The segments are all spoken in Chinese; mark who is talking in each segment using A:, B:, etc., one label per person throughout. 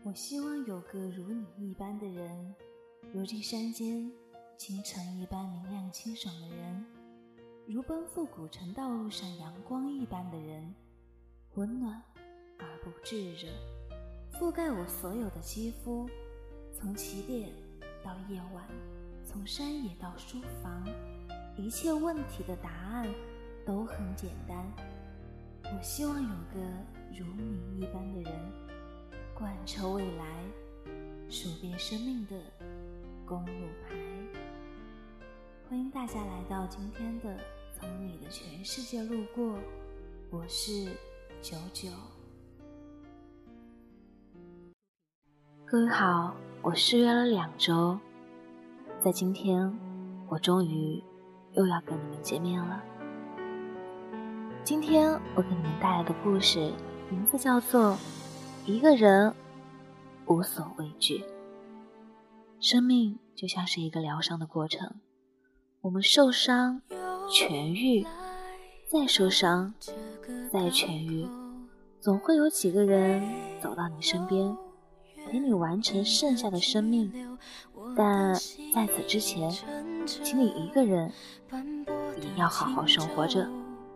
A: 我希望有个如你一般的人，如这山间清晨一般明亮清爽的人，如奔赴古城道路上阳光一般的人，温暖而不炙热，覆盖我所有的肌肤，从起点到夜晚，从山野到书房，一切问题的答案都很简单。我希望有个如你一般的人，贯彻未来，数遍生命的公路牌。欢迎大家来到今天的从你的全世界路过，我是99。各位好，我失约了2周，在今天我终于又要跟你们见面了。今天我给你们带来的故事名字叫做一个人无所畏惧。生命就像是一个疗伤的过程，我们受伤痊愈，再受伤再痊愈，总会有几个人走到你身边，陪你完成剩下的生命。但在此之前，请你一个人也要好好生活着。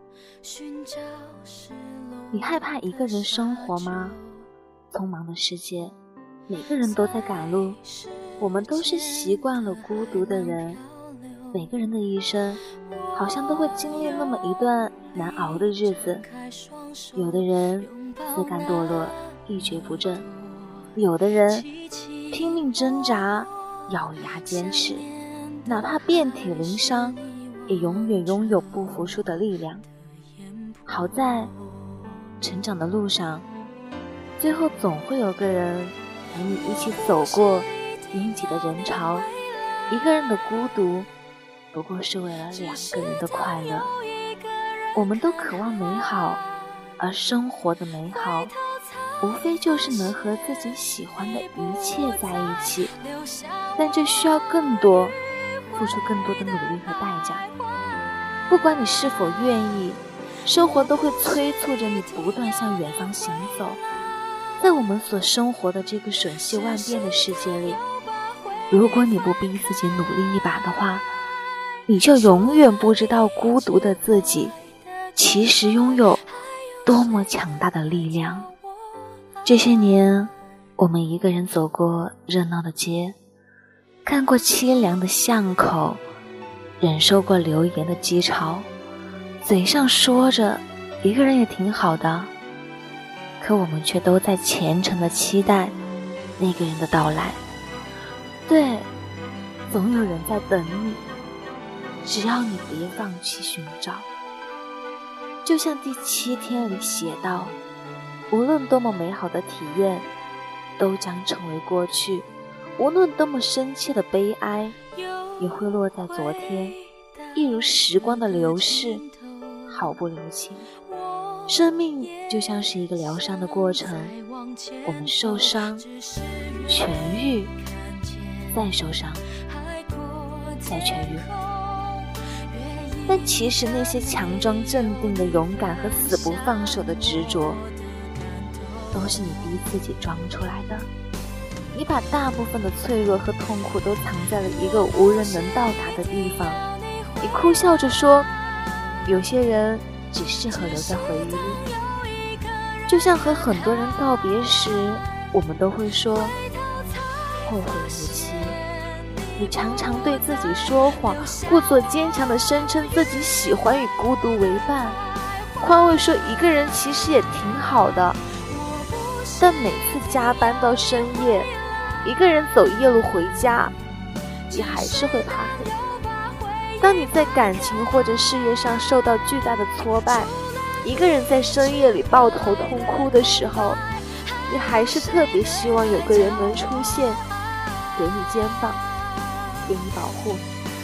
A: 你害怕一个人生活吗？匆忙的世界，每个人都在赶路，我们都是习惯了孤独的人。每个人的一生好像都会经历那么一段难熬的日子，有的人自甘堕落，一蹶不振，有的人拼命挣扎，咬牙坚持，哪怕遍体鳞伤，也永远拥有不服输的力量。好在成长的路上，最后总会有个人陪你一起走过拥挤的人潮。一个人的孤独不过是为了2个人的快乐。我们都渴望美好，而生活的美好无非就是能和自己喜欢的一切在一起，但这需要更多，付出更多的努力和代价。不管你是否愿意，生活都会催促着你不断向远方行走。在我们所生活的这个瞬息万变的世界里，如果你不逼自己努力一把的话，你就永远不知道孤独的自己其实拥有多么强大的力量。这些年，我们一个人走过热闹的街，看过凄凉的巷口，忍受过流言的讥嘲，嘴上说着一个人也挺好的，可我们却都在虔诚地期待那个人的到来。对，总有人在等你，只要你别放弃寻找。就像第7天里写道，无论多么美好的体验都将成为过去，无论多么深切的悲哀也会落在昨天，一如时光的流逝，毫不留情。生命就像是一个疗伤的过程，我们受伤痊愈，再受伤再痊愈。但其实那些强装镇定的勇敢和死不放手的执着，都是你逼自己装出来的。你把大部分的脆弱和痛苦都藏在了一个无人能到达的地方。你哭笑着说，有些人只适合留在回忆里。就像和很多人告别时，我们都会说后会无期。你常常对自己说谎，故作坚强地声称自己喜欢与孤独为伴，宽慰说一个人其实也挺好的。但每次加班到深夜，一个人走夜路回家，你还是会怕黑。当你在感情或者事业上受到巨大的挫败，一个人在深夜里抱头痛哭的时候，你还是特别希望有个人能出现，给你肩膀，给你保护。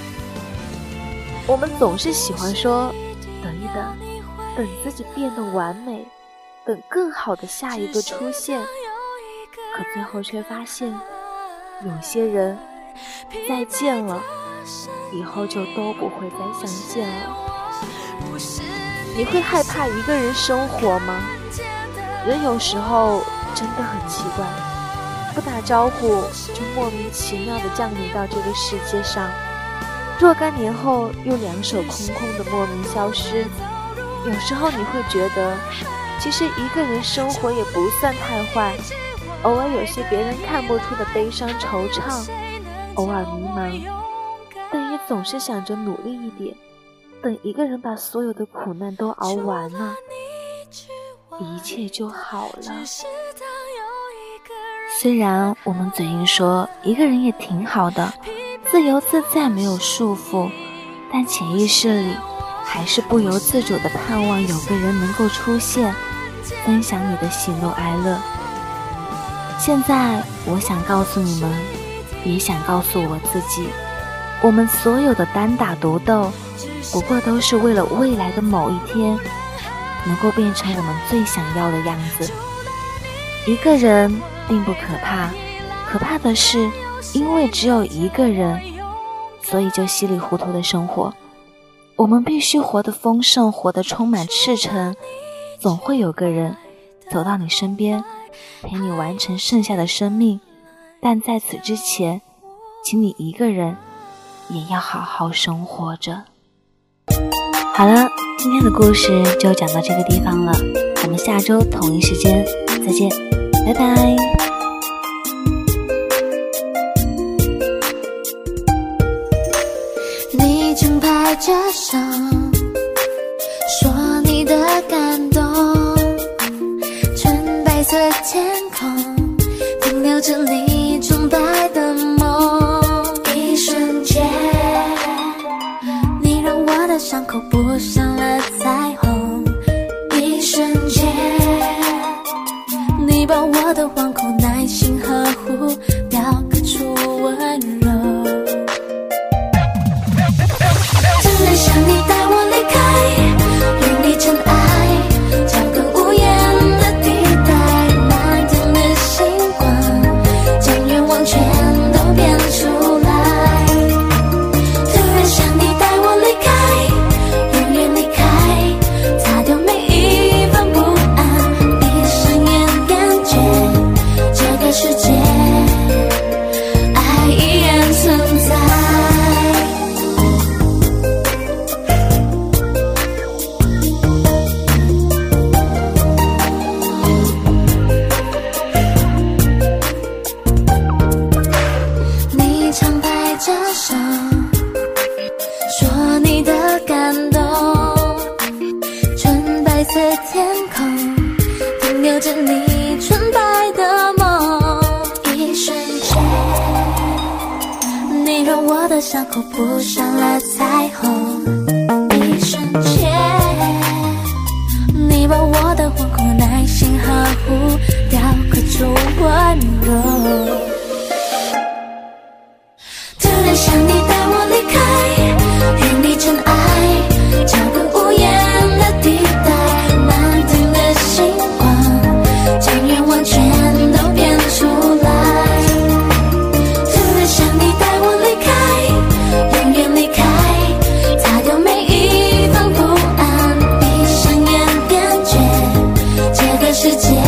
A: 我们总是喜欢说等一等，等自己变得完美，等更好的下一个出现，可最后却发现有些人再见了以后就都不会再相见了。你会害怕一个人生活吗？人有时候真的很奇怪， 不打招呼就莫名其妙地降临到这个世界上，若干年后又两手空空的莫名消失。有时候你会觉得，其实一个人生活也不算太坏，偶尔有些别人看不出的悲伤惆怅，偶尔迷茫，但也总是想着努力一点，等一个人把所有的苦难都熬完了，一切就好了。虽然我们嘴硬说一个人也挺好的，自由自在没有束缚，但潜意识里还是不由自主地盼望有个人能够出现，分享你的喜怒哀乐。现在我想告诉你们，也想告诉我自己，我们所有的单打独斗，不过都是为了未来的某一天能够变成我们最想要的样子。一个人并不可怕，可怕的是因为只有一个人，所以就稀里糊涂的生活。我们必须活得丰盛，活得充满赤诚，总会有个人走到你身边，陪你完成剩下的生命。但在此之前，请你一个人也要好好生活着。好了，今天的故事就讲到这个地方了，我们下周同一时间再见，拜拜。
B: 你正拍着手，说你的感动，纯白色天空停留着你纯白的梦。一瞬间，你让我的伤口补上了彩虹。一瞬间，你把我的惶恐耐心呵护，雕刻出温柔。突然想你带我离开，远离尘埃，找个无言的地带，漫天的星光，将愿望全都变出来。突然想你带我离开，永远离开，擦掉每一份不安，闭上眼感觉这个世界爱依然存在。你常拍着手，说你的感动，纯白色天空停留着你纯白的梦。一瞬间，你让我的伤口补上了彩虹。一瞬间，你把我的惶恐耐心呵护，雕刻出温柔。突然想你带我离开，远离尘埃，找个无言的地带，漫天的星光，将愿望全都变出来。突然想你带我离开，永远离开，擦掉每一份不安，闭上眼感觉这个世界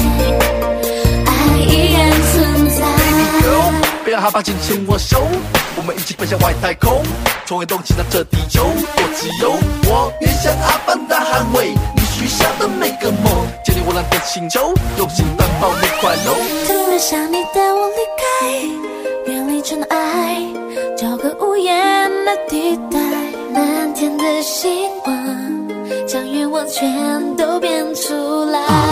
B: 爱依然存在。
C: 不要害怕，紧牵我手，我们一起奔向外太空，从未动起让这地球多自由。我愿像阿凡达捍卫你许下的每个梦，建立我蓝的星球，用心担保你快乐。
B: 突然想你带我离开，远离尘埃，找个无言的地带，漫天的星光，将愿望全都变出来。